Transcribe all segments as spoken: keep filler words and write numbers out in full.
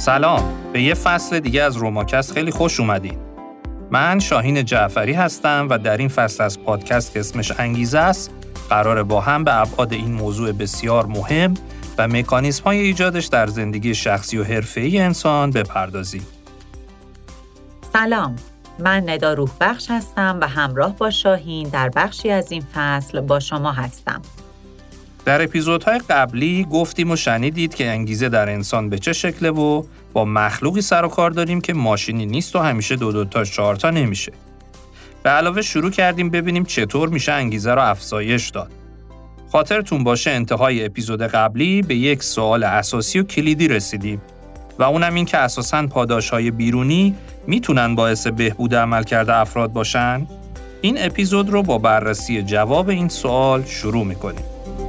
سلام، به یه فصل دیگه از روماکست خیلی خوش اومدین. من شاهین جعفری هستم و در این فصل از پادکست که اسمش انگیزه است قراره با هم به ابعاد این موضوع بسیار مهم و مکانیزم‌های ایجادش در زندگی شخصی و حرفه‌ای انسان بپردازیم. سلام، من ندا روحبخش هستم و همراه با شاهین در بخشی از این فصل با شما هستم. در اپیزودهای قبلی گفتیم و شنیدید که انگیزه در انسان به چه شکله و با مخلوقی سر و کار داریم که ماشینی نیست و همیشه دو دو تا چهار تا نمیشه. به علاوه شروع کردیم ببینیم چطور میشه انگیزه را افزایش داد. خاطرتون باشه انتهای اپیزود قبلی به یک سوال اساسی و کلیدی رسیدیم و اونم این که اساساً پاداش‌های بیرونی میتونن باعث بهبود عملکرد افراد باشن؟ این اپیزود رو با بررسی جواب این سوال شروع میکنیم.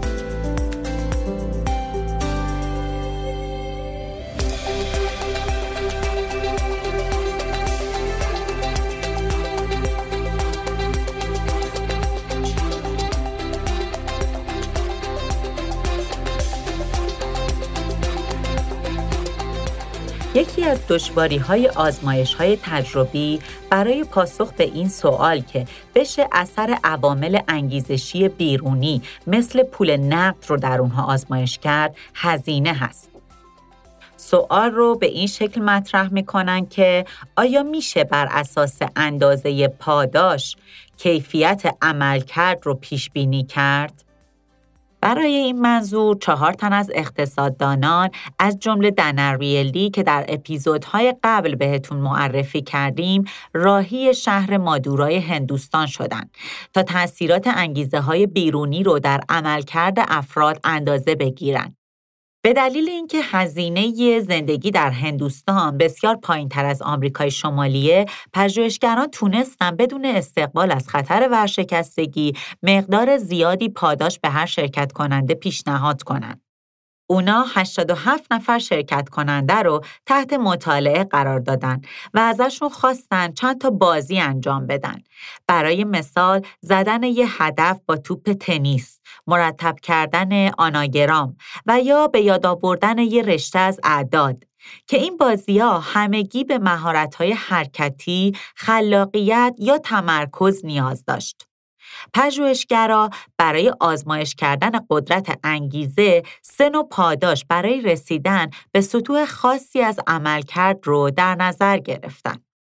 یکی از دشواری‌های آزمایش‌های تجربی برای پاسخ به این سوال که بشه اثر عوامل انگیزشی بیرونی مثل پول نقد رو در اونها آزمایش کرد، هزینه هست. سوال رو به این شکل مطرح می‌کنن که آیا میشه بر اساس اندازه پاداش کیفیت عملکرد رو پیش بینی کرد؟ برای این منظور چهار تن از اقتصاددانان از جمله دن اریلی که در اپیزودهای قبل بهتون معرفی کردیم راهی شهر مادورای هندوستان شدند تا تأثیرات انگیزه‌های بیرونی رو در عملکرد افراد اندازه بگیرن. به دلیل اینکه هزینه زندگی در هندوستان بسیار پایین‌تر از آمریکای شمالیه، پژوهشگران تونستن بدون استقبال از خطر ورشکستگی مقدار زیادی پاداش به هر شرکت کننده پیشنهاد کنن. اونا هشتاد و هفت نفر شرکت کننده رو تحت مطالعه قرار دادن و ازشون خواستن چند تا بازی انجام بدن. برای مثال زدن یه هدف با توپ تنیس، مرتب کردن آناگرام و یا به یاد آوردن یه رشته از اعداد که این بازی‌ها همگی به مهارت‌های حرکتی، خلاقیت یا تمرکز نیاز داشت. پژوهشگرا برای آزمایش کردن قدرت انگیزه سه نوع پاداش برای رسیدن به سطوح خاصی از عملکرد رو در نظر گرفتن.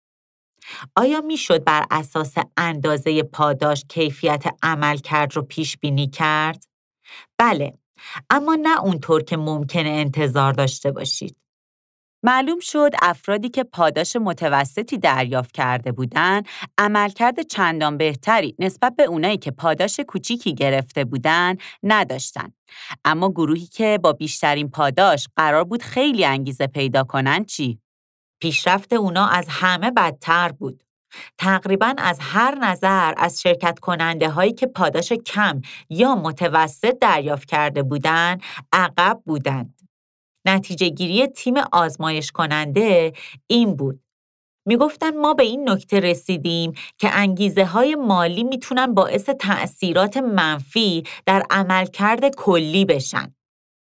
آیا میشد بر اساس اندازه پاداش کیفیت عملکرد رو پیش بینی کرد؟ بله، اما نه اونطور که ممکنه انتظار داشته باشید. معلوم شد افرادی که پاداش متوسطی دریافت کرده بودند، عملکرد چندان بهتری نسبت به اونایی که پاداش کوچیکی گرفته بودند نداشتن. اما گروهی که با بیشترین پاداش قرار بود خیلی انگیزه پیدا کنن چی؟ پیشرفت اونا از همه بدتر بود. تقریباً از هر نظر از شرکت کننده هایی که پاداش کم یا متوسط دریافت کرده بودند، عقب بودند. نتیجه گیری تیم آزمایش کننده این بود. می گفتن ما به این نکته رسیدیم که انگیزه های مالی میتونن باعث تأثیرات منفی در عملکرد کلی بشن.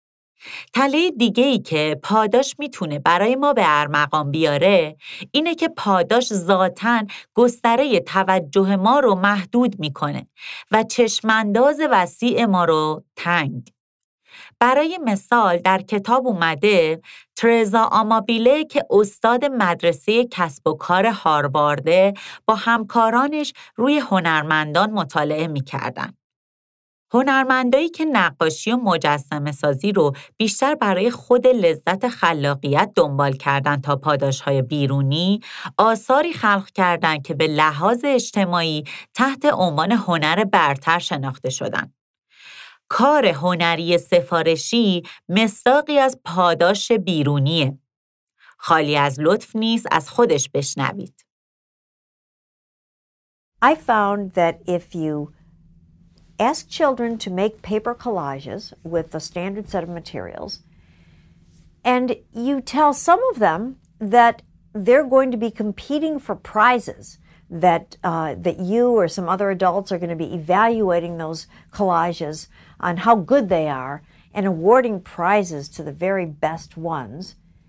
تله دیگه‌ای که پاداش میتونه برای ما به ارمغان بیاره اینه که پاداش ذاتاً گستره توجه ما رو محدود میکنه و چشمانداز وسیع ما رو تنگ. برای مثال در کتاب اومده ترزا آمابیله که استاد مدرسه کسب و کار هاروارده با همکارانش روی هنرمندان مطالعه می‌کردن. هنرمندایی که نقاشی و مجسمه سازی رو بیشتر برای خود لذت خلاقیت دنبال کردن تا پاداش‌های بیرونی، آثاری خلق کردند که به لحاظ اجتماعی تحت عنوان هنر برتر شناخته شدند. کار هنری سفارشی مصداقی از پاداش بیرونیه. خالی از لطف نیست، از خودش بشنوید. I found that if you ask children to make paper collages with a standard set of materials, and you tell some of them that they're going to be competing for prizes, that uh, that you or some other adults are going to be evaluating those collages on how good they are and awarding prizes to the very best ones,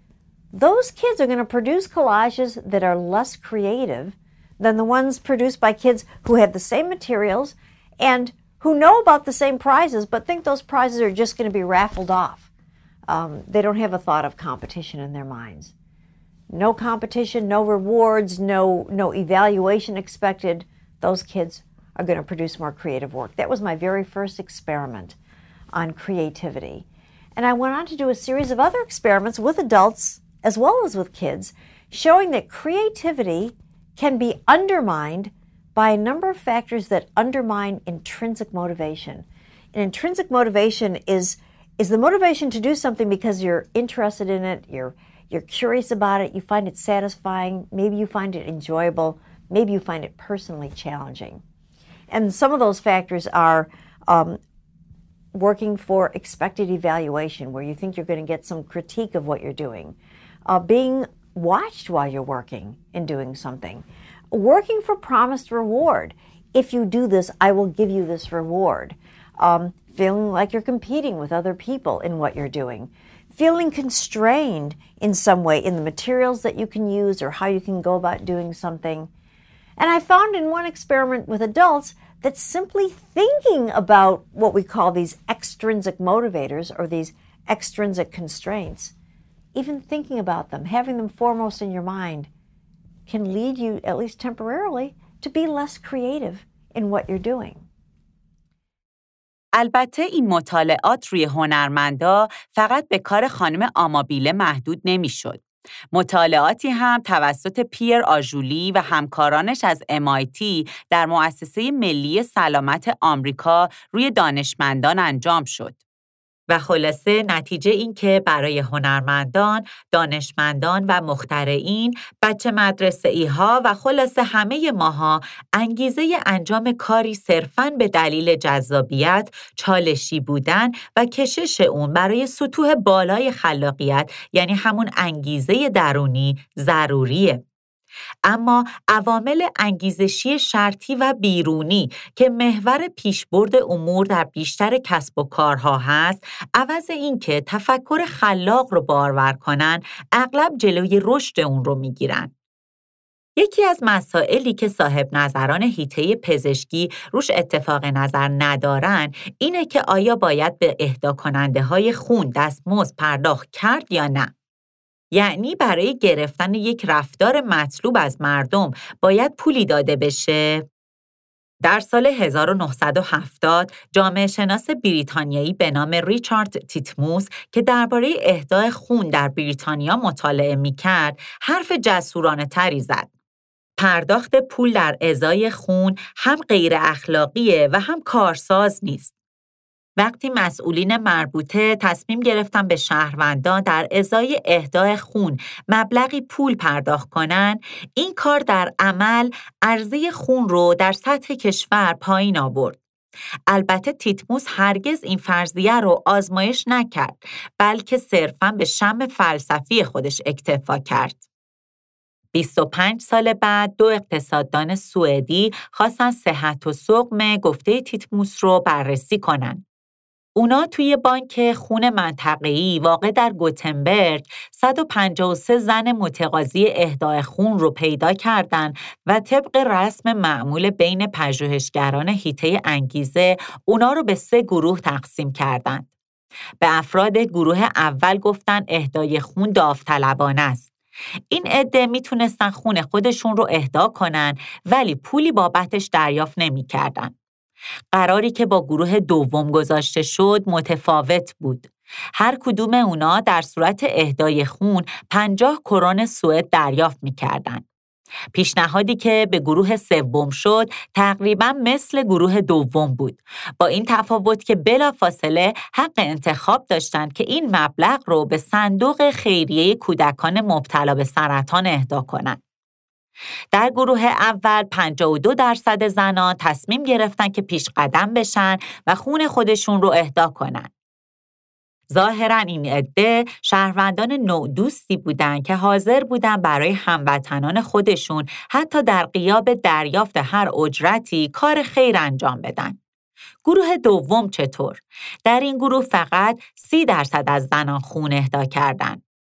those kids are going to produce collages that are less creative than the ones produced by kids who have the same materials and who know about the same prizes but think those prizes are just going to be raffled off. Um, they don't have a thought of competition in their minds. No competition, no rewards, no, no evaluation expected. Those kids are going to produce more creative work. That was my very first experiment on creativity. And I went on to do a series of other experiments with adults as well as with kids, showing that creativity can be undermined by a number of factors that undermine intrinsic motivation. And intrinsic motivation is, is the motivation to do something because you're interested in it, you're, you're curious about it, you find it satisfying, maybe you find it enjoyable, maybe you find it personally challenging. And some of those factors are um, working for expected evaluation, where you think you're going to get some critique of what you're doing, uh, being watched while you're working and doing something, working for promised reward. If you do this, I will give you this reward. Um, feeling like you're competing with other people in what you're doing. Feeling constrained in some way in the materials that you can use or how you can go about doing something. And I found in one experiment with adults that simply thinking about what we call these extrinsic motivators or these extrinsic constraints, even thinking about them, having them foremost in your mind, can lead you, at least temporarily, to be less creative in what you're doing. البته این مطالعات روی هنرمندا فقط به کار خانم آمابیله محدود نمی‌شد. مطالعاتی هم توسط پیر آژولی و همکارانش از ام آی تی در مؤسسه ملی سلامت آمریکا روی دانشمندان انجام شد. و خلاصه نتیجه این که برای هنرمندان، دانشمندان و مخترعین، بچه مدرسه‌ای ها و خلاصه همه ماها انگیزه انجام کاری صرفاً به دلیل جذابیت، چالشی بودن و کشش اون برای سطوح بالای خلاقیت، یعنی همون انگیزه درونی، ضروریه. اما عوامل انگیزشی شرطی و بیرونی که محور پیشبرد امور در بیشتر کسب و کارها هست، عوض این که تفکر خلاق رو بارور کنن، اغلب جلوی رشد اون رو میگیرن. یکی از مسائلی که صاحب نظران حیطه پزشکی روش اتفاق نظر ندارن، اینه که آیا باید به اهدا کننده های خون دستمزد پرداخت کرد یا نه؟ یعنی برای گرفتن یک رفتار مطلوب از مردم باید پولی داده بشه؟ در سال هزار و نهصد و هفتاد جامعه شناس بریتانیایی به نام ریچارد تیتموس که درباره اهدای خون در بریتانیا مطالعه می‌کرد، حرف جسورانه تری زد. پرداخت پول در ازای خون هم غیر اخلاقیه و هم کارساز نیست. وقتی مسئولین مربوطه تصمیم گرفتن به شهروندان در ازای اهدای خون مبلغی پول پرداخت کنن، این کار در عمل عرضه خون رو در سطح کشور پایین آورد. البته تیتموس هرگز این فرضیه رو آزمایش نکرد، بلکه صرفاً به شم فلسفی خودش اکتفا کرد. بیست و پنج سال بعد دو اقتصاددان سوئدی خواستن صحت و سقم گفته تیتموس رو بررسی کنن. اونا توی بانک خون منطقه‌ای واقع در گوتنبرگ صد و پنجاه و سه زن متقاضی اهدای خون رو پیدا کردن و طبق رسم معمول بین پژوهشگران حیطه انگیزه اونا رو به سه گروه تقسیم کردند. به افراد گروه اول گفتن اهدای خون داوطلبانه است. این عده میتونستن خون خودشون رو اهدا کنن ولی پولی بابتش دریافت نمی‌کردن. قراری که با گروه دوم گذاشته شد متفاوت بود. هر کدوم اونا در صورت اهدای خون پنجاه کرون سوئد دریافت می‌کردند. پیشنهادی که به گروه سوم شد تقریباً مثل گروه دوم بود، با این تفاوت که بلافاصله حق انتخاب داشتند که این مبلغ رو به صندوق خیریه کودکان مبتلا به سرطان اهدا کنند. در گروه اول پنجاه و دو درصد زنان تصمیم گرفتن که پیش قدم بشن و خون خودشون رو اهدا کنن. ظاهراً این عده شهروندان نودوستی بودند که حاضر بودند برای هموطنان خودشون حتی در غیاب دریافت هر اجرتی کار خیر انجام بدن. گروه دوم چطور؟ در این گروه فقط سی درصد از زنان خون اهدا کردند.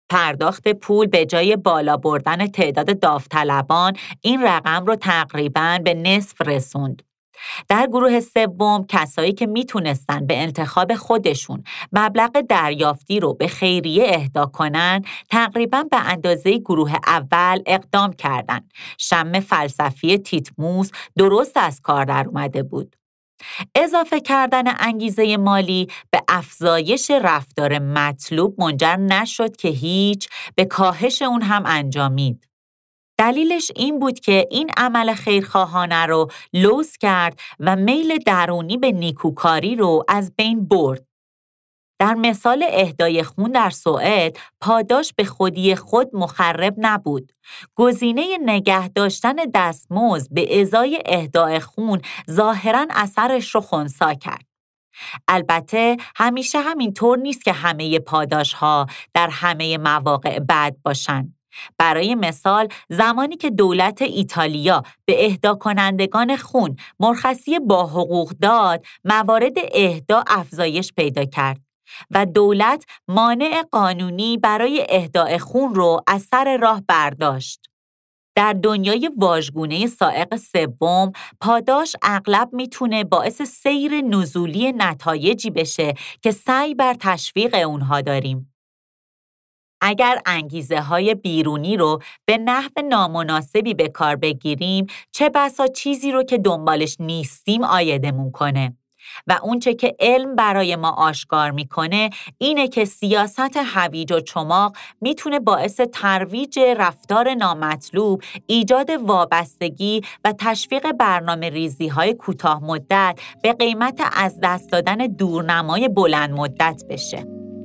پرداخت پول به جای بالا بردن تعداد داوطلبان این رقم رو تقریباً به نصف رسوند. در گروه سوم کسایی که میتونستن به انتخاب خودشون مبلغ دریافتی رو به خیریه اهدا کنن تقریباً به اندازه گروه اول اقدام کردن. شم فلسفی تیتموس درست از کار در اومده بود. اضافه کردن انگیزه مالی به افزایش رفتار مطلوب منجر نشد که هیچ، به کاهش اون هم انجامید. دلیلش این بود که این عمل خیرخواهانه رو لوث کرد و میل درونی به نیکوکاری رو از بین برد. در مثال اهدای خون در سوئد، پاداش به خودی خود مخرب نبود. گزینه نگه داشتن دستمزد به ازای اهدای خون ظاهراً اثرش رو خنثی کرد. البته همیشه همینطور نیست که همه پاداش‌ها در همه مواقع بد باشن. برای مثال زمانی که دولت ایتالیا به اهدا کنندگان خون مرخصی با حقوق داد، موارد اهدا افزایش پیدا کرد و دولت مانع قانونی برای اهدای خون رو از سر راه برداشت. در دنیای واژگونه سائق سوم، پاداش اغلب میتونه باعث سیر نزولی نتایجی بشه که سعی بر تشویق اونها داریم. اگر انگیزه های بیرونی رو به نحو نامناسبی به کار بگیریم، چه بسا چیزی رو که دنبالش نیستیم عایدمون کنه. و اونچه که علم برای ما آشکار میکنه اینه که سیاست هویج و چماق میتونه باعث ترویج رفتار نامطلوب، ایجاد وابستگی و تشویق برنامه ریزی های کوتاه مدت به قیمت از دست دادن دورنمای بلند مدت بشه.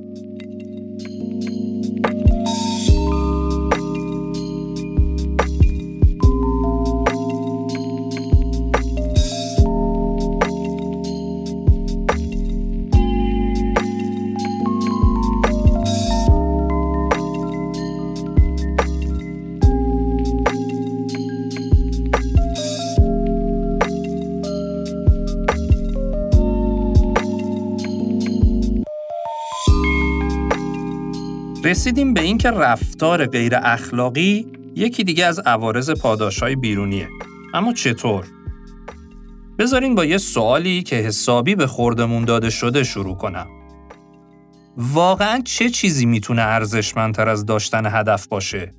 رسیدیم به این که رفتار غیر اخلاقی یکی دیگه از عوارض پاداش‌های بیرونیه. اما چطور؟ بذارین با یه سوالی که حسابی به خوردمون داده شده شروع کنم. واقعاً چه چیزی میتونه ارزشمندتر از داشتن هدف باشه؟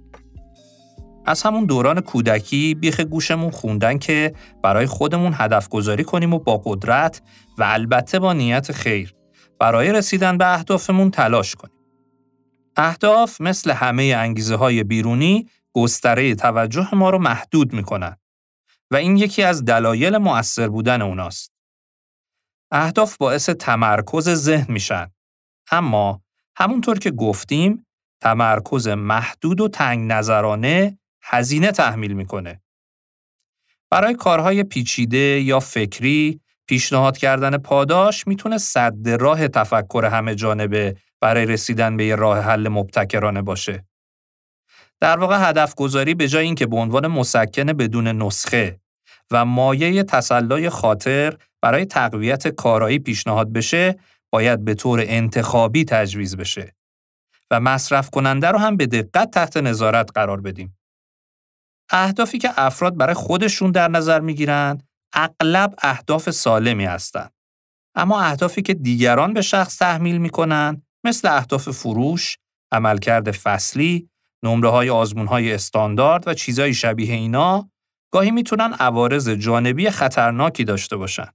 از همون دوران کودکی بیخ گوشمون خوندن که برای خودمون هدف گذاری کنیم و با قدرت و البته با نیت خیر برای رسیدن به اهدافمون تلاش کنیم. اهداف مثل همه انگیزه‌های بیرونی گستره توجه ما رو محدود می‌کنن و این یکی از دلایل مؤثر بودن اوناست. اهداف باعث تمرکز ذهن میشن، اما همونطور که گفتیم تمرکز محدود و تنگ نظرانه هزینه تحمیل میکنه. برای کارهای پیچیده یا فکری پیشنهاد کردن پاداش میتونه سد راه تفکر همه جانبه برای رسیدن به یه راه حل مبتکرانه باشه. در واقع هدف گذاری به جای اینکه به عنوان مسکن بدون نسخه و مایه تسلای خاطر برای تقویت کارایی پیشنهاد بشه، باید به طور انتخابی تجویز بشه و مصرف کننده رو هم به دقت تحت نظارت قرار بدیم. اهدافی که افراد برای خودشون در نظر میگیرن اغلب اهداف سالمی هستن. اما اهدافی که دیگران به شخص تحمیل میکنن مثل اهداف فروش، عملکرد فصلی، نمره‌های آزمون‌های استاندارد و چیزهای شبیه اینا گاهی میتونن عوارض جانبی خطرناکی داشته باشن.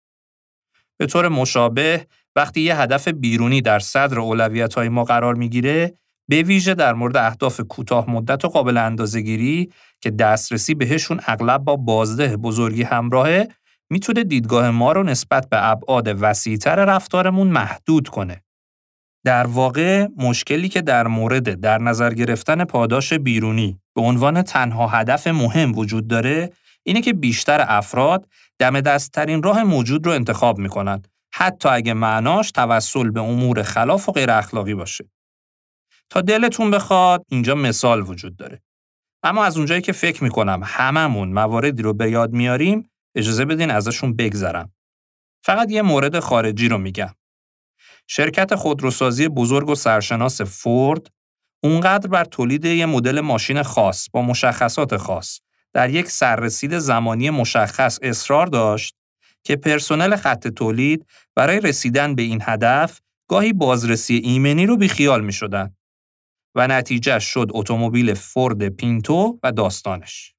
به طور مشابه وقتی یه هدف بیرونی در صدر اولویت‌های ما قرار میگیره، به ویژه در مورد اهداف کوتاه مدت و قابل اندازه‌گیری که دسترسی بهشون اغلب با بازده بزرگی همراهه، میتونه دیدگاه ما رو نسبت به ابعاد وسیع‌تر رفتارمون محدود کنه. در واقع مشکلی که در مورد در نظر گرفتن پاداش بیرونی به عنوان تنها هدف مهم وجود داره، اینه که بیشتر افراد دم دست‌ترین راه موجود رو انتخاب میکنن، حتی اگه معناش توسل به امور خلاف و غیر اخلاقی باشه. تا دلتون بخواد اینجا مثال وجود داره. اما از اونجایی که فکر میکنم هممون مواردی رو به یاد میاریم، اجازه بدین ازشون بگذرم. فقط یه مورد خارجی رو میگم. شرکت خودروسازی بزرگ و سرشناس فورد اونقدر بر تولید یه مدل ماشین خاص با مشخصات خاص در یک سررسید زمانی مشخص اصرار داشت که پرسنل خط تولید برای رسیدن به این هدف گاهی بازرسی ایمنی رو بیخیال می شدن و نتیجه شد اتومبیل فورد پینتو و داستانش.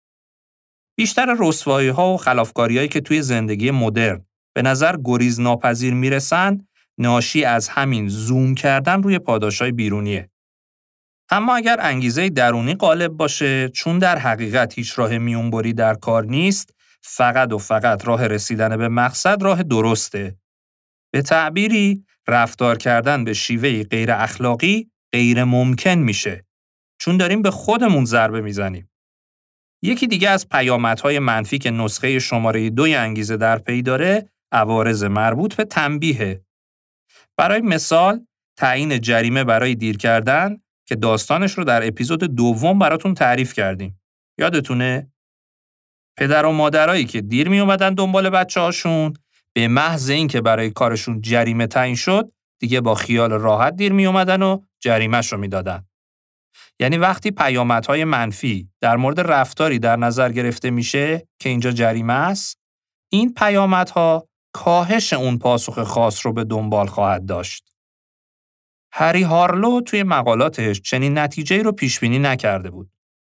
بیشتر رسوایی‌ها و خلافکاری‌هایی که توی زندگی مدرن به نظر گریز ناپذیر میرسن ناشی از همین زوم کردن روی پاداش‌های بیرونیه. اما اگر انگیزه درونی غالب باشه، چون در حقیقت هیچ راه میونبری در کار نیست، فقط و فقط راه رسیدن به مقصد راه درسته. به تعبیری رفتار کردن به شیوهی غیر اخلاقی غیر ممکن میشه، چون داریم به خودمون ضربه میزنیم. یکی دیگه از پیامدهای منفی که نسخه شماره دوی انگیزه در پی داره، عوارض مربوط به تنبیه. برای مثال، تعیین جریمه برای دیر کردن که داستانش رو در اپیزود دوم براتون تعریف کردیم. یادتونه؟ پدر و مادرایی که دیر می اومدن دنبال بچه‌هاشون، به محض این که برای کارشون جریمه تعیین شد، دیگه با خیال راحت دیر می اومدن و جریمه‌ش رو میدادن. یعنی وقتی پیامدهای منفی در مورد رفتاری در نظر گرفته میشه که اینجا جریمه است، این پیامدها کاهش اون پاسخ خاص رو به دنبال خواهد داشت. هری هارلو توی مقالاتش چنین نتیجه‌ای رو پیش بینی نکرده بود.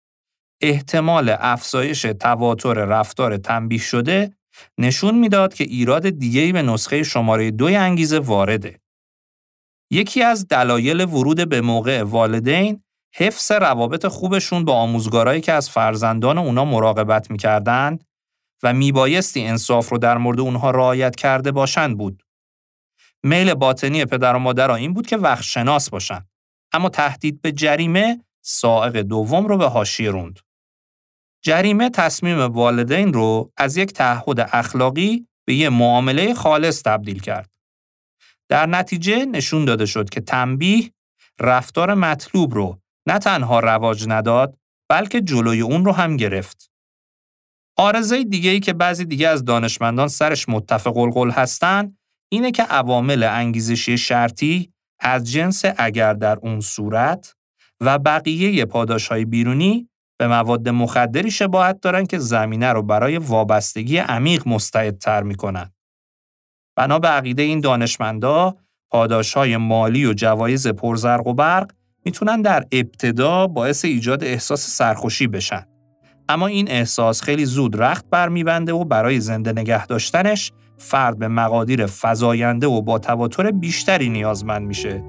احتمال افزایش تواتر رفتار تنبیه شده نشون میداد که ایراد دیگه‌ای به نسخه شماره دوی انگیزه وارده. یکی از دلایل ورود به موقع والدین حفظ روابط خوبشون با آموزگارایی که از فرزندان اونا مراقبت می‌کردن و میبایستی انصاف رو در مورد اونها رعایت کرده باشند بود. میل باطنی پدر و مادرها این بود که وقت شناس باشن، اما تهدید به جریمه سائق دوم رو به حاشیه روند. جریمه تصمیم والدین رو از یک تعهد اخلاقی به یک معامله خالص تبدیل کرد. در نتیجه نشون داده شد که تنبیه رفتار مطلوب رو نه تنها رواج نداد، بلکه جلوی اون رو هم گرفت. عارضه دیگه‌ای که بعضی دیگه از دانشمندان سرش متفق القول هستن، اینه که عوامل انگیزشی شرطی از جنس اگر در اون صورت و بقیه پاداش‌های بیرونی به مواد مخدری شباهت دارن که زمینه رو برای وابستگی عمیق مستعدتر میکنن. بنا به عقیده این دانشمندا، پاداش‌های مالی و جوایز پرزرق و برق میتونن در ابتدا باعث ایجاد احساس سرخوشی بشن. اما این احساس خیلی زود رخت برمیبنده و برای زنده نگه داشتنش فرد به مقادیر فزاینده و با تواتر بیشتری نیازمند میشه.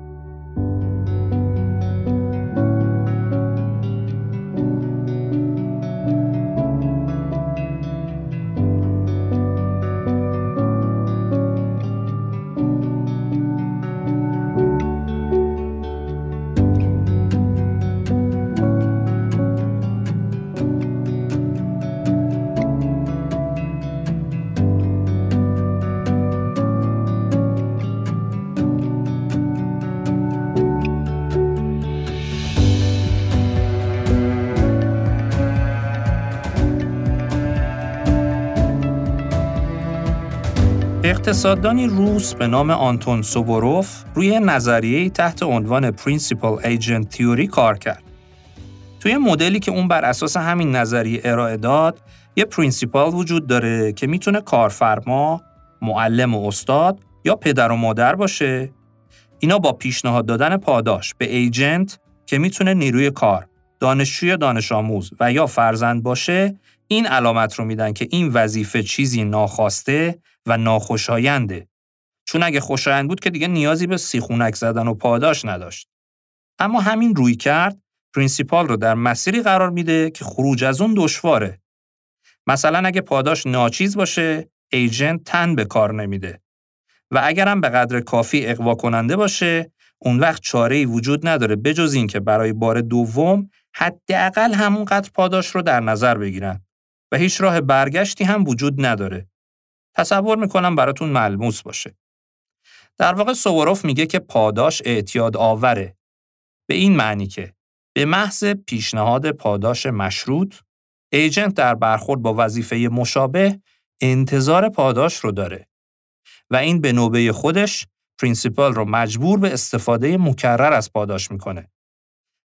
اقتصاددانی روس به نام آنتون سوبوروف روی نظریه‌ای تحت عنوان Principal Agent Theory کار کرد. توی مدلی که اون بر اساس همین نظریه ارائه داد، یه پرینسیپال وجود داره که میتونه کارفرما، معلم و استاد یا پدر و مادر باشه. اینا با پیشنهاد دادن پاداش به ایجنت که میتونه نیروی کار، دانشجو یا دانش آموز و یا فرزند باشه، این علامت رو میدن که این وظیفه چیزی ناخواسته و ناخوشاینده. چون اگه خوشایند بود که دیگه نیازی به سیخونک زدن و پاداش نداشت. اما همین روی کرد پرینسیپال رو در مسیری قرار میده که خروج از اون دشواره. مثلا اگه پاداش ناچیز باشه، ایجنت تن به کار نمیده. و اگرم به قدر کافی اغوا کننده باشه، اون وقت چاره‌ای وجود نداره بجز این که برای بار دوم حداقل همون قدر پاداش رو در نظر بگیرن و هیچ راه برگشتی هم وجود نداره. تصور میکنم براتون ملموس باشه. در واقع سوبوروف میگه که پاداش اعتیاد آوره. به این معنی که به محض پیشنهاد پاداش مشروط، ایجنت در برخورد با وظیفه مشابه انتظار پاداش رو داره و این به نوبه خودش پرینسیپال رو مجبور به استفاده مکرر از پاداش میکنه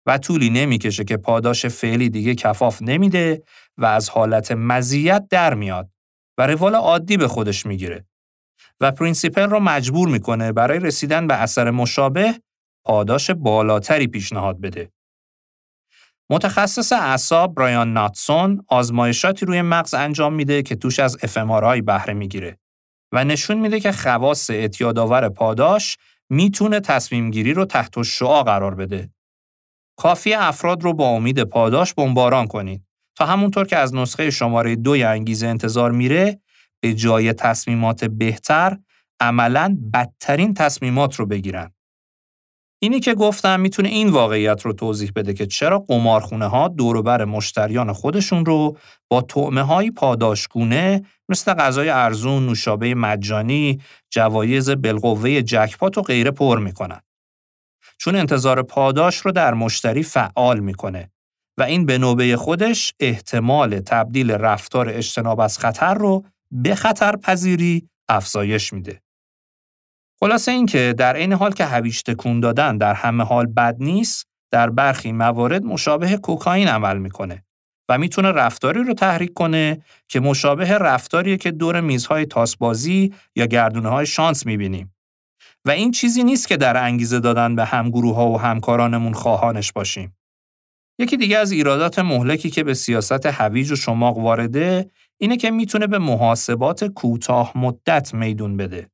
و طولی نمیکشه که پاداش فعلی دیگه کفاف نمیده و از حالت مزیت در میاد و روال عادی به خودش میگیره و پرینسیپل رو مجبور میکنه برای رسیدن به اثر مشابه پاداش بالاتری پیشنهاد بده. متخصص اعصاب برایان ناتسون آزمایشاتی روی مغز انجام میده که توش از اف ام آر آی بهره میگیره و نشون میده که خواص اعتیادآور پاداش میتونه تصمیم گیری رو تحت الشعاع قرار بده. کافی افراد رو با امید پاداش بمباران کنید تا همونطور که از نسخه شماره دوی انگیزه انتظار میره به جای تصمیمات بهتر عملاً بدترین تصمیمات رو بگیرن. اینی که گفتم میتونه این واقعیت رو توضیح بده که چرا قمارخونه ها دور و بر مشتریان خودشون رو با طعمه های پاداشگونه مثل غذای ارزون، نوشابه مجانی، جوایز بالقوه جکپات و غیره پر میکنن. چون انتظار پاداش رو در مشتری فعال میکنه و این به نوبه خودش احتمال تبدیل رفتار اجتناب از خطر رو به خطر پذیری افزایش میده. خلاصه این که در این حال که هویج تکون دادن در همه حال بد نیست، در برخی موارد مشابه کوکائین عمل میکنه و میتونه رفتاری رو تحریک کنه که مشابه رفتاریه که دور میزهای تاسبازی یا گردونه‌های شانس میبینیم. و این چیزی نیست که در انگیزه دادن به همگروه‌ها و همکارانمون خواهانش باشیم. یکی دیگه از ایرادات مهلکی که به سیاست هویج و شماغ وارده اینه که میتونه به محاسبات کوتاه مدت میدون بده.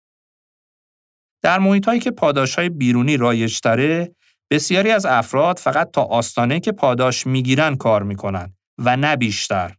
در محیط‌هایی که پاداش‌های بیرونی رایج‌تره، بسیاری از افراد فقط تا آستانه‌ای که پاداش میگیرن کار میکنن و نه بیشتر.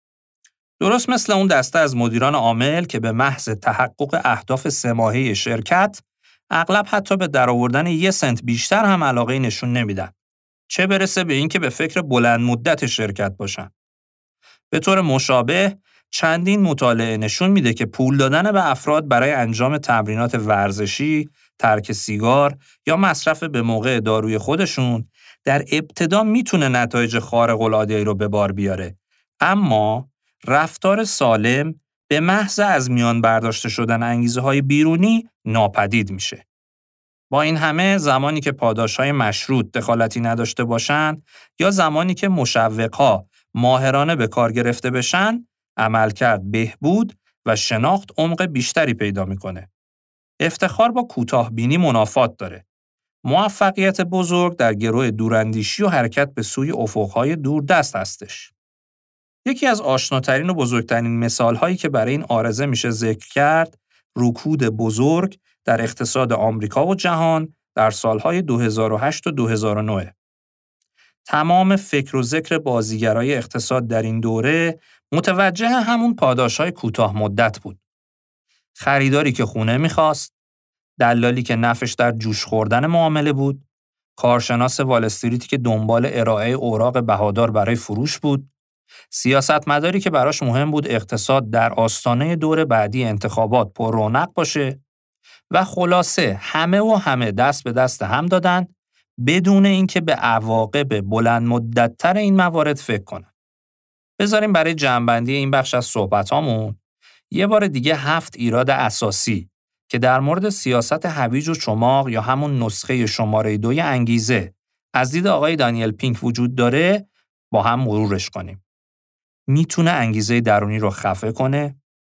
درست مثل اون دسته از مدیران عامل که به محض تحقق اهداف سه ماهه شرکت اغلب حتی به درآوردن یک سنت بیشتر هم علاقه نشون نمیدن. چه برسه به این که به فکر بلند مدت شرکت باشن. به طور مشابه چندین مطالعه نشون میده که پول دادن به افراد برای انجام تمرینات ورزشی، ترک سیگار یا مصرف به موقع داروی خودشون در ابتدا میتونه نتایج خارق العاده رو به بار بیاره. اما رفتار سالم به محض از میان برداشته شدن انگیزه های بیرونی ناپدید میشه. با این همه زمانی که پاداش‌های مشروط دخالتی نداشته باشن یا زمانی که مشوق‌ها ماهرانه به کار گرفته بشن، عملکرد بهبود و شناخت عمق بیشتری پیدا میکنه. افتخار با کوتاه بینی منافات داره. موفقیت بزرگ در گروه دوراندیشی و حرکت به سوی افق‌های دوردست هستش. یکی از آشناترین و بزرگترین مثال‌هایی که برای این عارضه میشه ذکر کرد، رکود بزرگ در اقتصاد آمریکا و جهان در سالهای دو هزار و هشت و دو هزار و نه. تمام فکر و ذکر بازیگرای اقتصاد در این دوره متوجه همون پاداش‌های کوتاه مدت بود. خریداری که خونه می‌خواست، دلالی که نفعش در جوش خوردن معامله بود، کارشناس وال استریتی که دنبال ارائه اوراق بهادار برای فروش بود، سیاستمداری که براش مهم بود اقتصاد در آستانه دور بعدی انتخابات پر رونق باشه و خلاصه همه و همه دست به دست هم دادن بدون اینکه به عواقب بلند مدت‌تر این موارد فکر کنن. بذاریم برای جمع‌بندی این بخش از صحبتامون یه بار دیگه هفت ایراد اساسی که در مورد سیاست هویج و چماق یا همون نسخه شماره دوی انگیزه از دید آقای دانیل پینک وجود داره با هم مرورش کنیم. میتونه انگیزه درونی رو خفه کنه،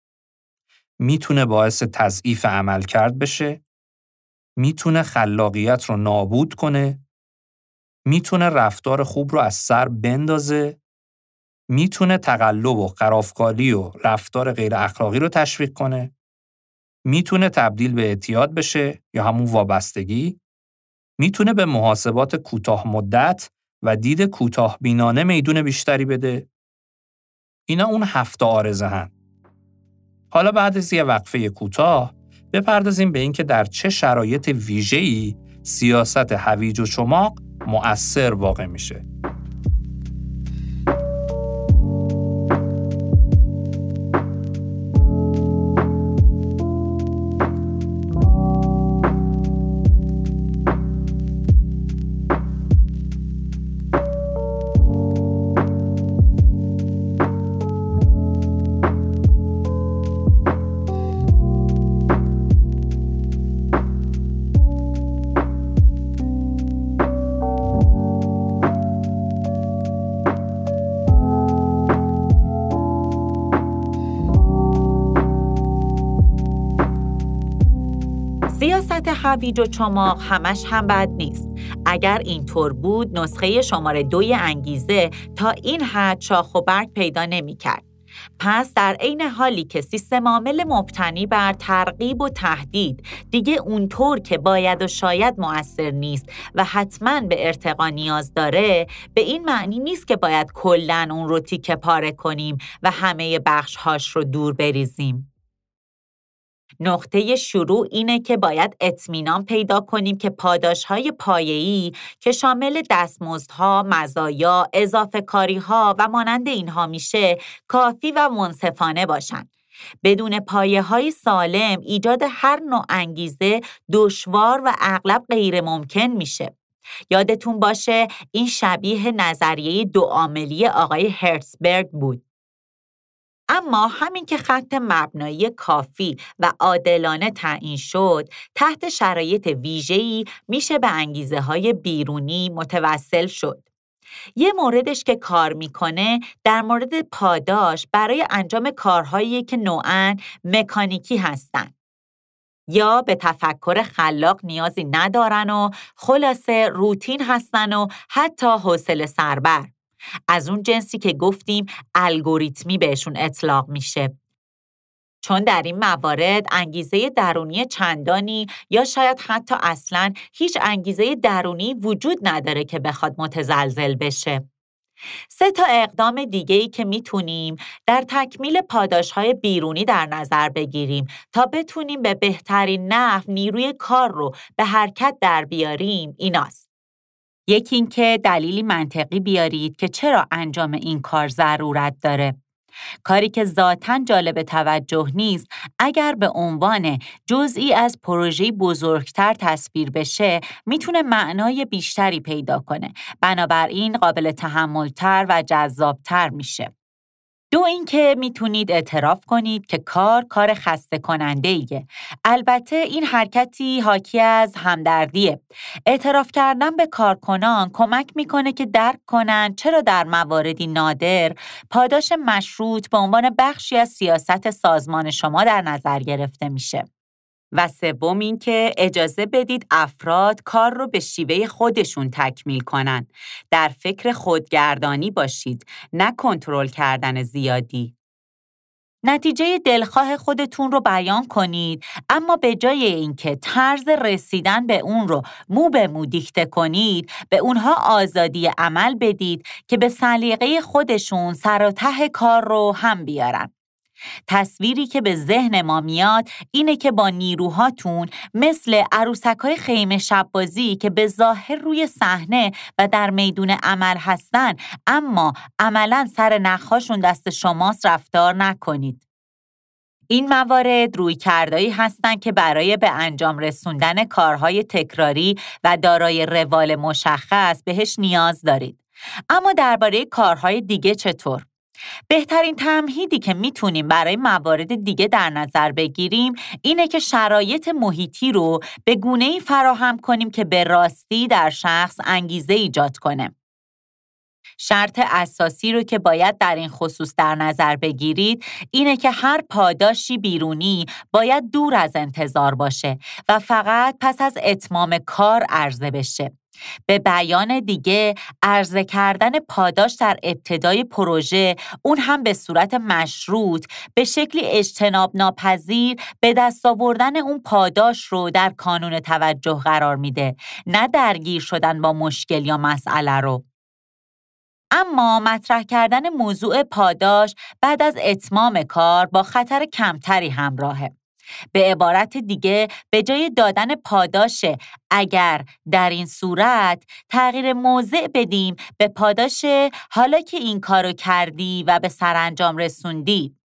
میتونه باعث تضعیف عملکرد بشه، میتونه خلاقیت رو نابود کنه، میتونه رفتار خوب رو از سر بندازه، میتونه تقلب و خرافکاری و رفتار غیر اخلاقی رو تشویق کنه، میتونه تبدیل به اعتیاد بشه یا همون وابستگی، میتونه به محاسبات کوتاه مدت و دید کوتاه بینانه میدون بیشتری بده. اینا اون هفت عارضه هن. حالا بعد از یه وقفه کوتاه بپردازیم به این که در چه شرایط ویژه‌ای سیاست هویج و چماق مؤثر واقع میشه. هویج و چماق همش هم بد نیست. اگر اینطور بود نسخه شماره دوی انگیزه تا این حد شاخ و برگ پیدا نمی کرد. پس در عین حالی که سیستم عامل مبتنی بر ترغیب و تهدید دیگه اونطور که باید و شاید مؤثر نیست و حتماً به ارتقا نیاز داره، به این معنی نیست که باید کلاً اون رو تیکه پاره کنیم و همه بخش‌هاش رو دور بریزیم. نقطه شروع اینه که باید اطمینان پیدا کنیم که پاداش‌های پایه‌ای که شامل دستمزدها، مزایا، اضافه کاری‌ها و مانند اینها میشه کافی و منصفانه باشن. بدون پایه‌های سالم ایجاد هر نوع انگیزه دشوار و اغلب غیر ممکن میشه. یادتون باشه این شبیه نظریه دو عاملی آقای هرتزبرگ بود. اما همین که خط مبنایی کافی و عادلانه تعیین شد، تحت شرایط ویژه‌ای میشه به انگیزه‌های بیرونی متوسل شد. یه موردش که کار میکنه در مورد پاداش برای انجام کارهایی که نوعاً مکانیکی هستن یا به تفکر خلاق نیازی ندارن و خلاصه روتین هستن و حتی حوصله سربر. از اون جنسی که گفتیم الگوریتمی بهشون اطلاق میشه. چون در این موارد انگیزه درونی چندانی یا شاید حتی اصلاً هیچ انگیزه درونی وجود نداره که بخواد متزلزل بشه. سه تا اقدام دیگه‌ای که میتونیم در تکمیل پاداش‌های بیرونی در نظر بگیریم تا بتونیم به بهترین نحو نیروی کار رو به حرکت در بیاریم ایناست. یکی این که دلیلی منطقی بیارید که چرا انجام این کار ضرورت داره. کاری که ذاتاً جالب توجه نیست اگر به عنوان جزئی از پروژه‌ای بزرگتر تصویر بشه میتونه معنای بیشتری پیدا کنه. بنابراین قابل تحمل‌تر و جذابتر میشه. دو اینکه میتونید اعتراف کنید که کار کار خسته کننده ایه. البته این حرکتی حاکی از همدردیه. اعتراف کردن به کارکنان کمک میکنه که درک کنن چرا در مواردی نادر پاداش مشروط به عنوان بخشی از سیاست سازمان شما در نظر گرفته میشه. و سوم این که اجازه بدید افراد کار رو به شیوه خودشون تکمیل کنن. در فکر خودگردانی باشید، نه کنترل کردن زیادی. نتیجه دلخواه خودتون رو بیان کنید، اما به جای اینکه طرز رسیدن به اون رو مو به مو دیکته کنید، به اونها آزادی عمل بدید که به سلیقه خودشون سر و ته کار رو هم بیارن. تصویری که به ذهن ما میاد اینه که با نیروهاتون مثل عروسک‌های خیمه شب‌بازی که به ظاهر روی صحنه و در میدون عمل هستن اما عملاً سر نخ‌هاشون دست شماست رفتار نکنید. این موارد رویکردهایی هستند که برای به انجام رسوندن کارهای تکراری و دارای روال مشخص بهش نیاز دارید. اما درباره کارهای دیگه چطور؟ بهترین تمهیدی که میتونیم برای موارد دیگه در نظر بگیریم اینه که شرایط محیطی رو به گونه‌ای فراهم کنیم که به راستی در شخص انگیزه ایجاد کنه. شرط اساسی رو که باید در این خصوص در نظر بگیرید اینه که هر پاداشی بیرونی باید دور از انتظار باشه و فقط پس از اتمام کار عرضه بشه. به بیان دیگه عرضه کردن پاداش در ابتدای پروژه، اون هم به صورت مشروط، به شکلی اجتناب ناپذیر به دست آوردن اون پاداش رو در کانون توجه قرار میده، نه درگیر شدن با مشکل یا مسئله رو. اما مطرح کردن موضوع پاداش بعد از اتمام کار با خطر کمتری همراهه. به عبارت دیگه به جای دادن پاداش اگر در این صورت تغییر موضع بدیم به پاداش حالا که این کارو کردی و به سرانجام رسوندی.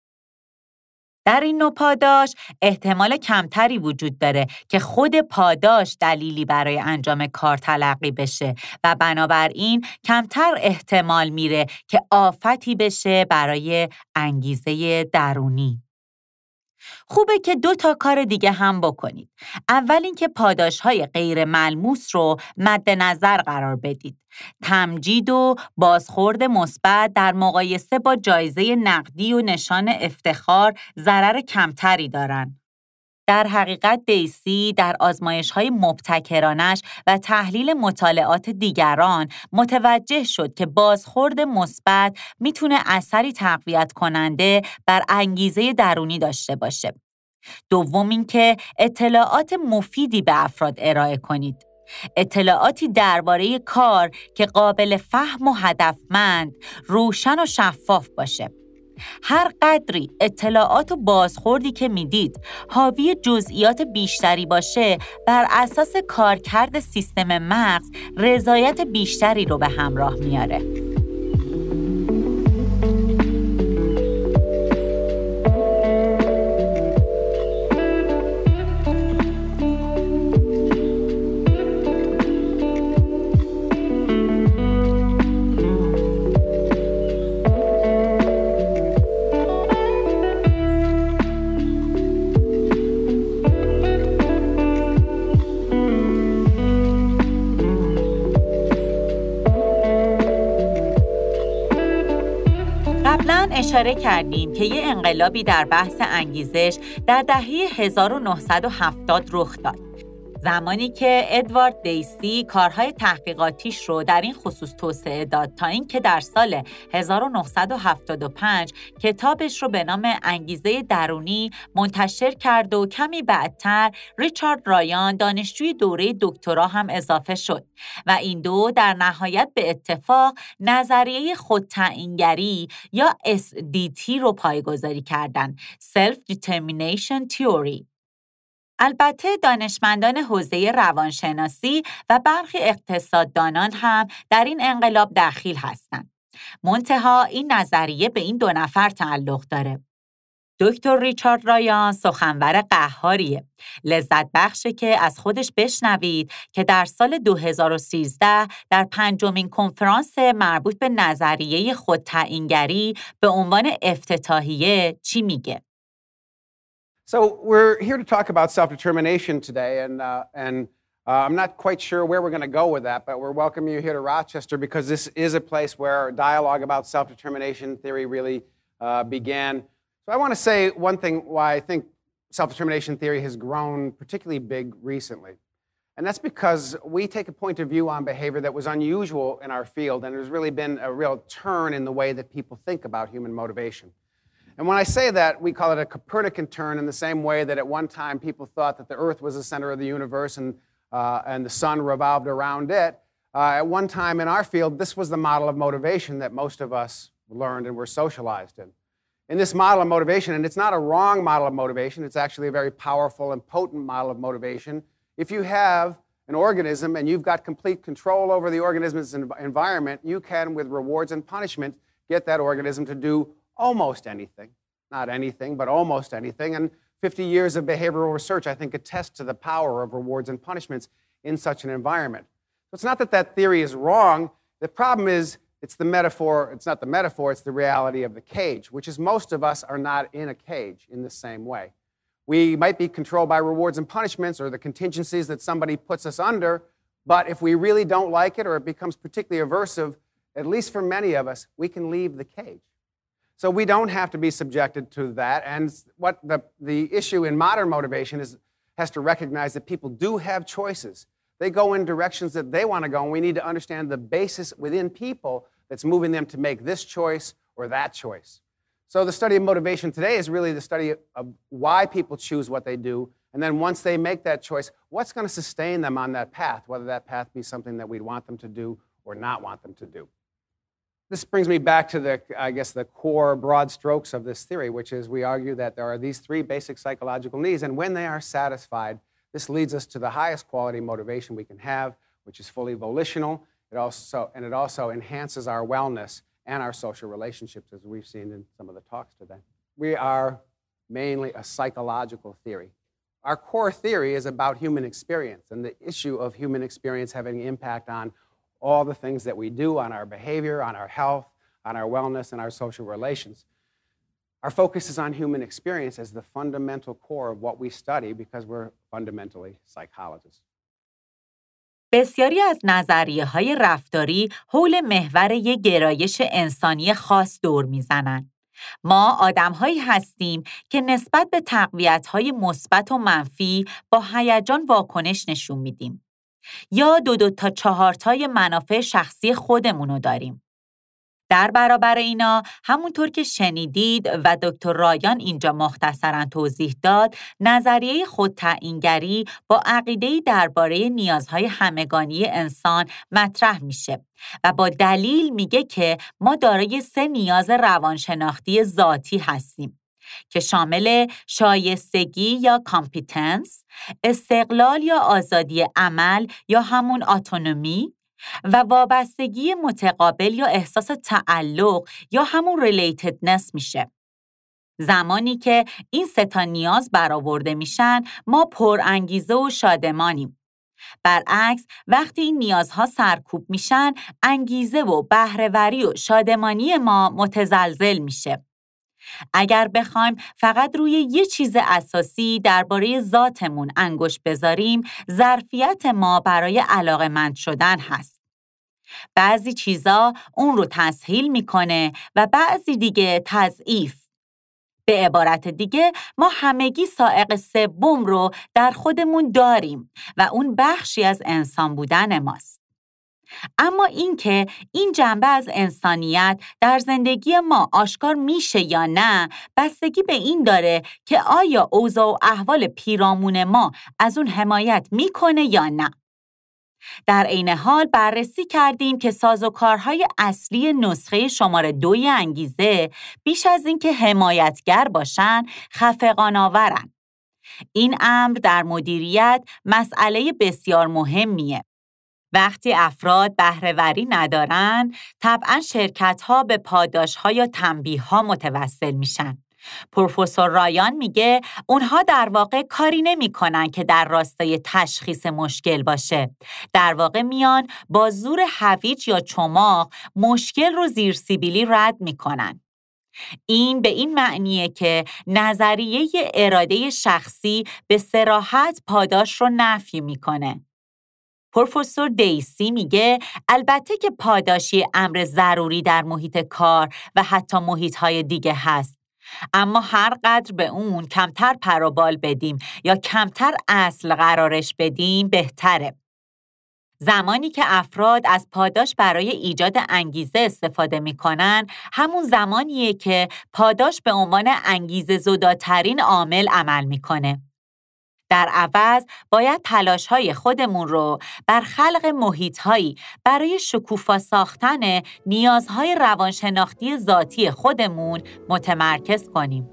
در این نوع پاداش احتمال کمتری وجود داره که خود پاداش دلیلی برای انجام کار تلقی بشه و بنابراین کمتر احتمال میره که آفتی بشه برای انگیزه درونی. خوبه که دو تا کار دیگه هم بکنید. اول اینکه پاداش‌های غیر ملموس رو مد نظر قرار بدید. تمجید و بازخورد مثبت در مقایسه با جایزه نقدی و نشان افتخار ضرر کمتری دارن. در حقیقت دیسی در آزمایش‌های مبتکرانش و تحلیل مطالعات دیگران متوجه شد که بازخورد مثبت میتونه اثری تقویت کننده بر انگیزه درونی داشته باشه. دوم اینکه اطلاعات مفیدی به افراد ارائه کنید. اطلاعاتی درباره کار که قابل فهم و هدفمند، روشن و شفاف باشه. هر قدری اطلاعات و بازخوردی که میدید حاوی جزئیات بیشتری باشه، بر اساس کارکرد سیستم مغز رضایت بیشتری رو به همراه میاره. اشاره کردیم که یه انقلابی در بحث انگیزش در دهه هزار و نهصد و هفتاد رخ داد. زمانی که ادوارد دیسی کارهای تحقیقاتیش رو در این خصوص توسعه داد تا اینکه در سال هزار و نهصد و هفتاد و پنج کتابش رو به نام انگیزه درونی منتشر کرد و کمی بعدتر ریچارد رایان دانشجوی دوره دکترا هم اضافه شد و این دو در نهایت به اتفاق نظریه خودتعیینگری یا اس دی تی رو پایه‌گذاری کردند، Self Determination Theory. البته دانشمندان حوزه روانشناسی و برخی اقتصاددانان هم در این انقلاب دخیل هستند. منتها این نظریه به این دو نفر تعلق داره. دکتر ریچارد رایان سخنور قهاریه. لذت بخشه که از خودش بشنوید که در سال دو هزار و سیزده در پنجمین کنفرانس مربوط به نظریه خودتعیینگری به عنوان افتتاحیه چی میگه. So we're here to talk about self-determination today, and uh, and uh, I'm not quite sure where we're going to go with that, but we're welcoming you here to Rochester because this is a place where dialogue about self-determination theory really uh, began. So I want to say one thing why I think self-determination theory has grown particularly big recently, and that's because we take a point of view on behavior that was unusual in our field, and there's really been a real turn in the way that people think about human motivation. And when I say that, we call it a Copernican turn in the same way that at one time people thought that the Earth was the center of the universe and, uh, and the sun revolved around it. Uh, at one time in our field, this was the model of motivation that most of us learned and were socialized in. In this model of motivation, and it's not a wrong model of motivation, it's actually a very powerful and potent model of motivation. If you have an organism and you've got complete control over the organism's environment, you can, with rewards and punishment, get that organism to do almost anything, not anything, but almost anything. And fifty years of behavioral research, I think, attest to the power of rewards and punishments in such an environment. So it's not that that theory is wrong. The problem is it's the metaphor, it's not the metaphor, it's the reality of the cage, which is most of us are not in a cage in the same way. We might be controlled by rewards and punishments or the contingencies that somebody puts us under, but if we really don't like it or it becomes particularly aversive, at least for many of us, we can leave the cage. So we don't have to be subjected to that. And what the, the issue in modern motivation is, has to recognize that people do have choices. They go in directions that they want to go, and we need to understand the basis within people that's moving them to make this choice or that choice. So the study of motivation today is really the study of why people choose what they do, and then once they make that choice, what's going to sustain them on that path, whether that path be something that we'd want them to do or not want them to do. This brings me back to the, I guess, the core broad strokes of this theory, which is we argue that there are these three basic psychological needs, and when they are satisfied, this leads us to the highest quality motivation we can have, which is fully volitional. It also, and it also enhances our wellness and our social relationships, as we've seen in some of the talks today. We are mainly a psychological theory. Our core theory is about human experience and the issue of human experience having an impact on all the things that we do, on our behavior, on our health, on our wellness, and our social relations. Our focus is on human experience as the fundamental core of what we study because we're fundamentally psychologists. بسیاری از نظریه‌های رفتاری حول محور یک گرایش انسانی خاص دور می‌زنند. ما آدم‌هایی هستیم که نسبت به تقویت‌های مثبت و منفی با هیجان واکنش نشون میدیم. یا دو دو تا چهار تای منافع شخصی خودمونو داریم. در برابر اینا، همونطور که شنیدید و دکتر رایان اینجا مختصراً توضیح داد، نظریه خودتعیینگری با عقیده‌ای درباره نیازهای همگانی انسان مطرح میشه و با دلیل میگه که ما دارای سه نیاز روانشناختی ذاتی هستیم که شامل شایستگی یا کامپیتنس، استقلال یا آزادی عمل یا همون اتونومی و وابستگی متقابل یا احساس تعلق یا همون ریلیتدنس میشه. زمانی که این سه تا نیاز برآورده میشن، ما پرانگیزه و شادمانیم. برعکس، وقتی این نیازها سرکوب میشن، انگیزه و بهره‌وری و شادمانی ما متزلزل میشه. اگر بخوایم فقط روی یه چیز اساسی درباره ذاتمون انگشت بذاریم، ظرفیت ما برای علاقه‌مند شدن هست. بعضی چیزا اون رو تسهیل میکنه و بعضی دیگه تضعیف. به عبارت دیگه، ما همگی سائق سوم رو در خودمون داریم و اون بخشی از انسان بودن ماست. اما اینکه این جنبه از انسانیت در زندگی ما آشکار میشه یا نه، بستگی به این داره که آیا اوضاع و احوال پیرامون ما از اون حمایت میکنه یا نه. در عین حال بررسی کردیم که سازوکارهای اصلی نسخه شماره دوی انگیزه بیش از این که حمایتگر باشن، خفقان‌آورن. این امر در مدیریت مسئله بسیار مهمیه. وقتی افراد بهره‌وری ندارن، طبعاً شرکت‌ها به پاداش‌ها یا تنبیه‌ها متوسل میشن. پروفسور رایان میگه اونها در واقع کاری نمی‌کنن که در راستای تشخیص مشکل باشه. در واقع میان با زور هویج یا چماق مشکل رو زیر سیبیلی رد میکنن. این به این معنیه که نظریه اراده شخصی به صراحت پاداش رو نفی میکنه. پروفسور دیسی میگه البته که پاداشی امر ضروری در محیط کار و حتی محیط‌های دیگه هست، اما هر قدر به اون کمتر پروبال بدیم یا کمتر اصل قرارش بدیم بهتره. زمانی که افراد از پاداش برای ایجاد انگیزه استفاده میکنن، همون زمانیه که پاداش به عنوان انگیزه زداترین عامل عمل میکنه. در عوض باید تلاش‌های خودمون رو بر خلق محیط‌هایی برای شکوفا ساختن نیازهای روانشناختی ذاتی خودمون متمرکز کنیم.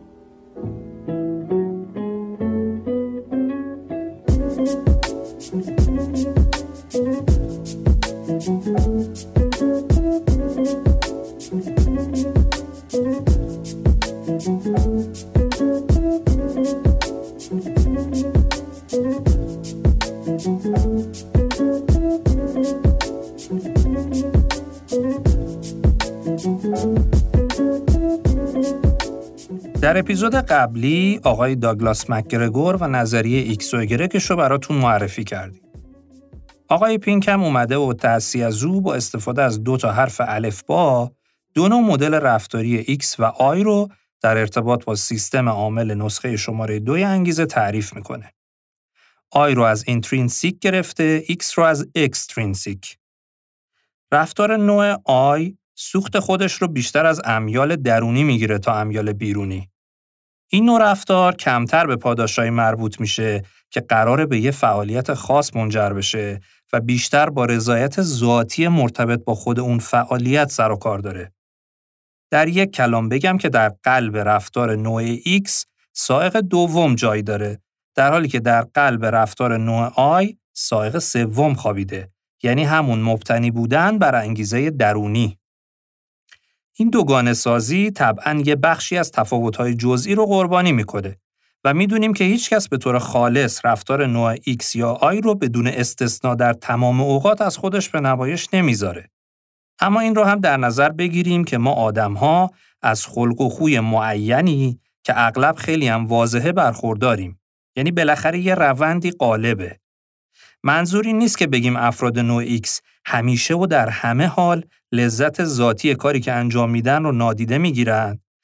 در اپیزود قبلی آقای داگلاس مکگرگور و نظریه ایکس و ایگرگش رو براتون معرفی کردیم. آقای پینک هم اومده و تأسی از او با استفاده از دو تا حرف الفبا دو نوع مدل رفتاری ایکس و آی رو در ارتباط با سیستم عامل نسخه شماره دوی انگیزه تعریف میکنه. آی رو از اینترینسیک گرفته، ایکس رو از اکسترینسیک. رفتار نوع آی سوخت خودش رو بیشتر از امیال درونی میگیره تا امیال بیرونی. این نوع رفتار کمتر به پاداشای مربوط میشه که قراره به یه فعالیت خاص منجر بشه و بیشتر با رضایت ذاتی مرتبط با خود اون فعالیت سر و کار داره. در یک کلام بگم که در قلب رفتار نوع X سائق دوم جای داره، در حالی که در قلب رفتار نوع I سائق سوم خوابیده، یعنی همون مبتنی بودن بر انگیزه درونی. این دوگانه سازی طبعاً یه بخشی از تفاوت‌های جزئی رو قربانی میکنه و میدونیم که هیچ کس به طور خالص رفتار نوع X یا I رو بدون استثنا در تمام اوقات از خودش به نمایش نمیذاره. اما این رو هم در نظر بگیریم که ما آدم‌ها از خلق و خوی معینی که اغلب خیلی هم واضحه برخورداریم. یعنی بالاخره یه روندی غالبه. منظوری نیست که بگیم افراد نوع X همیشه و در همه حال لذت ذاتی کاری که انجام میدن رو نادیده میگیرن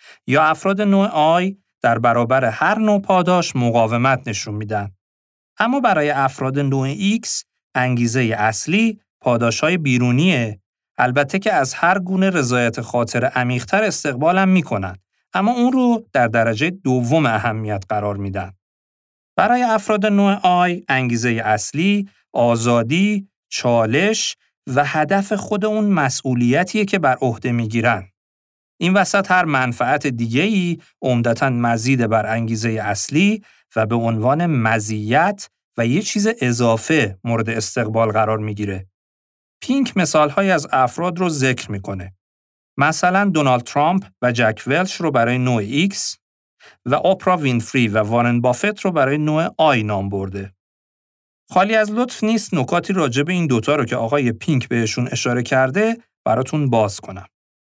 یا افراد نوع آی در برابر هر نوع پاداش مقاومت نشون میدن. اما برای افراد نوع X انگیزه اصلی پاداش‌های بیرونیه، البته که از هر گونه رضایت خاطر عمیق‌تر استقبال هم میکنن، اما اون رو در درجه دوم اهمیت قرار میدن. برای افراد نوع آی انگیزه اصلی آزادی، چالش و هدف خود اون مسئولیتیه که بر عهده میگیرن. این وسط هر منفعت دیگه‌ای عمدتاً مزید بر انگیزه اصلی و به عنوان مزیت و یه چیز اضافه مورد استقبال قرار میگیره. پینک مثال‌هایی از افراد رو ذکر میکنه. مثلا دونالد ترامپ و جک ولش رو برای نوع X و اپرا وینفری و وارن بافت رو برای نوع آی نام برده. خالی از لطف نیست نکاتی راجع به این دوتا رو که آقای پینک بهشون اشاره کرده براتون باز کنم.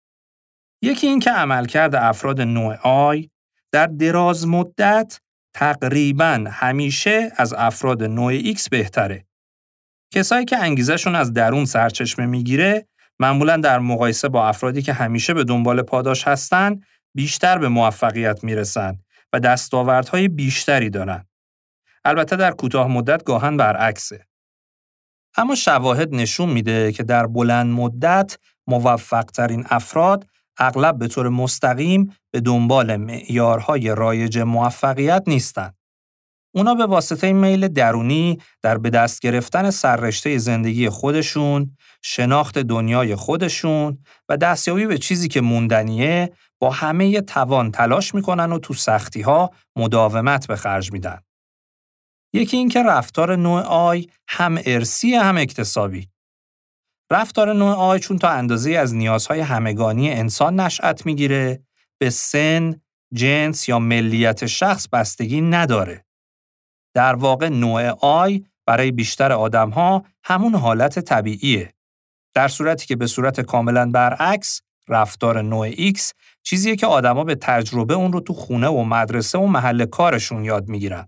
یکی این که عملکرد افراد نوع آی در دراز مدت تقریباً همیشه از افراد نوع X بهتره. کسایی که انگیزشون از درون سرچشمه میگیره معمولاً در مقایسه با افرادی که همیشه به دنبال پاداش هستن بیشتر به موفقیت میرسن و دستاوردهای بیشتری دارن. البته در کوتاه مدت گاهن برعکسه. اما شواهد نشون میده که در بلند مدت موفق‌ترین افراد اغلب به طور مستقیم به دنبال معیارهای رایج موفقیت نیستن. اونا به واسطه میل درونی در به دست گرفتن سررشته زندگی خودشون، شناخت دنیای خودشون و دستیابی به چیزی که موندنیه با همه توان تلاش میکنن و تو سختی‌ها مداومت به خرج میدن. یکی این که رفتار نوع آی هم ارثی هم اکتسابی. رفتار نوع آی چون تا اندازه‌ای از نیازهای همگانی انسان نشأت میگیره، به سن، جنس یا ملیت شخص بستگی نداره. در واقع نوع آی برای بیشتر آدم‌ها همون حالت طبیعیه. در صورتی که به صورت کاملاً برعکس، رفتار نوع X چیزیه که آدم‌ها به تجربه اون رو تو خونه و مدرسه و محل کارشون یاد میگیرن.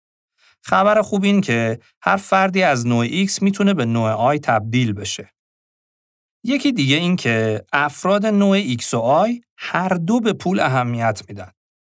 خبر خوب این که هر فردی از نوع X میتونه به نوع آی تبدیل بشه. یکی دیگه این که افراد نوع X و آی هر دو به پول اهمیت میدن.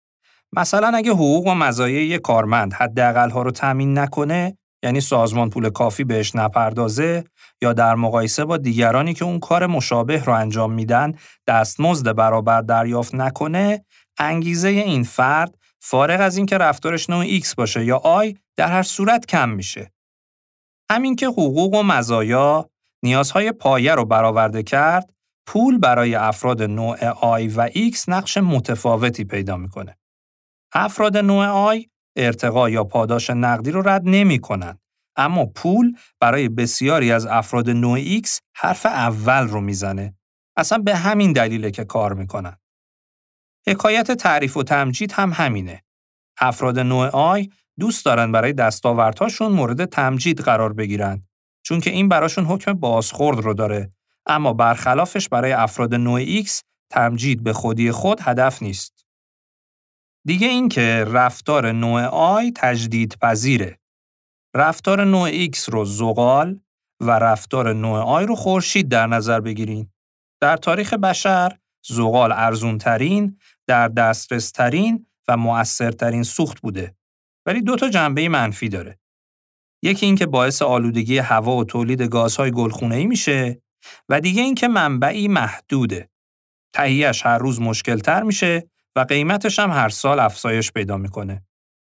مثلا اگه حقوق و مزایای یک کارمند حداقل‌ها رو تامین نکنه، یعنی سازمان پول کافی بهش نپردازه یا در مقایسه با دیگرانی که اون کار مشابه رو انجام میدن دستمزد برابر دریافت نکنه، انگیزه این فرد فارغ از اینکه رفتارش نوع X باشه یا آی در هر صورت کم میشه. همین که حقوق و مزایا نیازهای پایه رو برآورده کرد، پول برای افراد نوع آی و X نقش متفاوتی پیدا میکنه. افراد نوع آی ارتقا یا پاداش نقدی رو رد نمی کنن. اما پول برای بسیاری از افراد نوع X حرف اول رو میزنه. اصلا به همین دلیله که کار میکنن. حکایت تعریف و تمجید هم همینه. افراد نوع آی دوست دارن برای دستاوردهاشون مورد تمجید قرار بگیرن، چون که این براشون حکم بازخورد رو داره، اما برخلافش برای افراد نوع X تمجید به خودی خود هدف نیست. دیگه این که رفتار نوع آی تجدید پذیره. رفتار نوع X رو زغال و رفتار نوع آی رو خورشید در نظر بگیرین. در تاریخ بشر زغال ارزونترین، در دسترس ترین و مؤثرترین سوخت بوده. ولی دو تا جنبه منفی داره. یکی این که باعث آلودگی هوا و تولید گازهای گلخونه‌ای میشه و دیگه این که منبعی محدوده. تهیه‌اش هر روز مشکل‌تر میشه و قیمتش هم هر سال افزایش پیدا میکنه.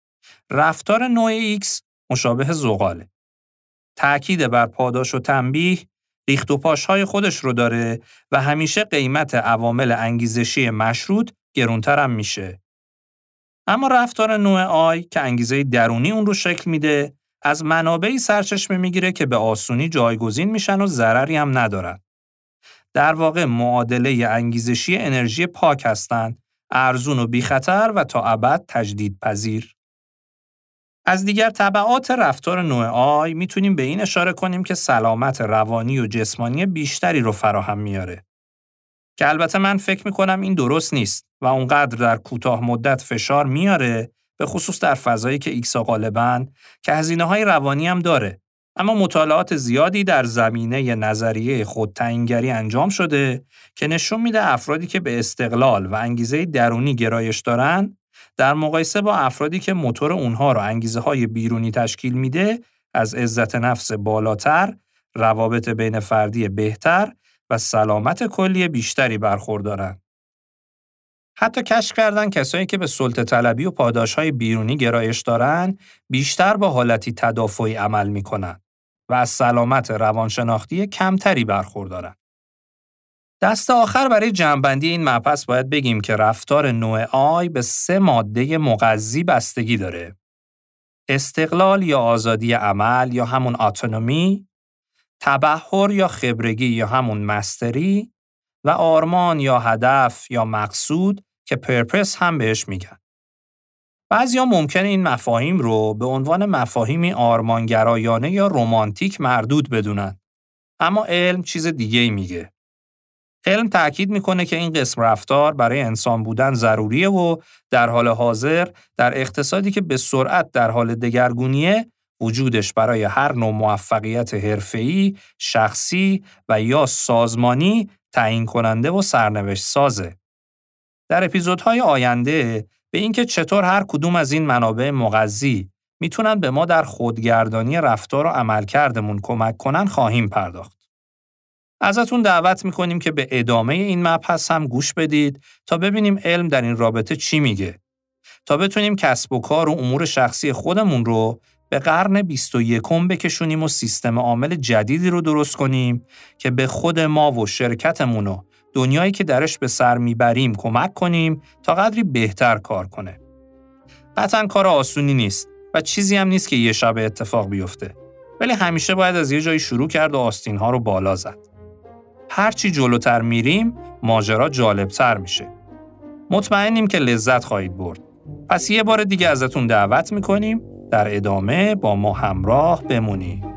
رفتار نوع X مشابه زغاله. تأکید بر پاداش و تنبیه ریخت و پاشهای خودش رو داره و همیشه قیمت عوامل انگیزشی مشروط گرونتر هم میشه. اما رفتار نوع آی که انگیزه درونی اون رو شکل میده، از منابعی سرچشمه میگیره که به آسونی جایگزین میشن و ضرری هم ندارن. در واقع معادله انگیزشی انرژی پاک هستن، ارزون و بی خطر و تا ابد تجدید پذیر. از دیگر تبعات رفتار نوع آی میتونیم به این اشاره کنیم که سلامت روانی و جسمانی بیشتری رو فراهم میاره. که البته من فکر میکنم این درست نیست و اونقدر در کوتاه مدت فشار میاره، به خصوص در فضایی که ایکسا غالباً که هزینه‌های روانی هم داره اما مطالعات زیادی در زمینه نظریه خودتعیینگری انجام شده که نشون میده افرادی که به استقلال و انگیزه درونی گرایش دارن در مقایسه با افرادی که موتور اونها رو انگیزه‌های بیرونی تشکیل میده از عزت نفس بالاتر، روابط بین فردی بهتر و سلامت کلی بیشتری برخوردارن. حتی کشف کردن کسایی که به سلطه طلبی و پاداش‌های بیرونی گرایش دارن بیشتر با حالتی تدافعی عمل میکنن و از سلامت روانشناختی کمتری برخوردارن. دست آخر برای جمع‌بندی این مبحث باید بگیم که رفتار نوع آی به سه ماده مغذی بستگی داره. استقلال یا آزادی عمل یا همون اتونومی، تبحر یا خبرگی یا همون مستری و آرمان یا هدف یا مقصود که پرپس هم بهش میگن. بعضیا ممکنه این مفاهیم رو به عنوان مفاهیمی آرمانگرایانه یا رمانتیک مردود بدونن. اما علم چیز دیگه‌ای میگه. علم تأکید میکنه که این قسم رفتار برای انسان بودن ضروریه و در حال حاضر در اقتصادی که به سرعت در حال دگرگونیه وجودش برای هر نوع موفقیت حرفه‌ای، شخصی و یا سازمانی تعیین کننده و سرنوشت سازه. در اپیزودهای آینده به اینکه چطور هر کدوم از این منابع مغذی میتونن به ما در خودگردانی رفتار و عملکردمون کمک کنن خواهیم پرداخت. ازتون دعوت میکنیم که به ادامه این مبحث هم گوش بدید تا ببینیم علم در این رابطه چی میگه. تا بتونیم کسب و کار و امور شخصی خودمون رو به قرن بیست و یکم بکشونیم و سیستم عامل جدیدی رو درست کنیم که به خود ما و شرکتمون و دنیایی که درش به سر میبریم کمک کنیم تا قدری بهتر کار کنه. قطعاً کار آسونی نیست و چیزی هم نیست که یه شب اتفاق بیفته. ولی همیشه باید از یه جایی شروع کرد و آستین‌ها رو بالا زد. هرچی جلوتر میریم، ماجرا جالبتر میشه. مطمئنیم که لذت خواهید برد. پس یه بار دیگه ازتون دعوت میکنیم در ادامه با ما همراه بمونید.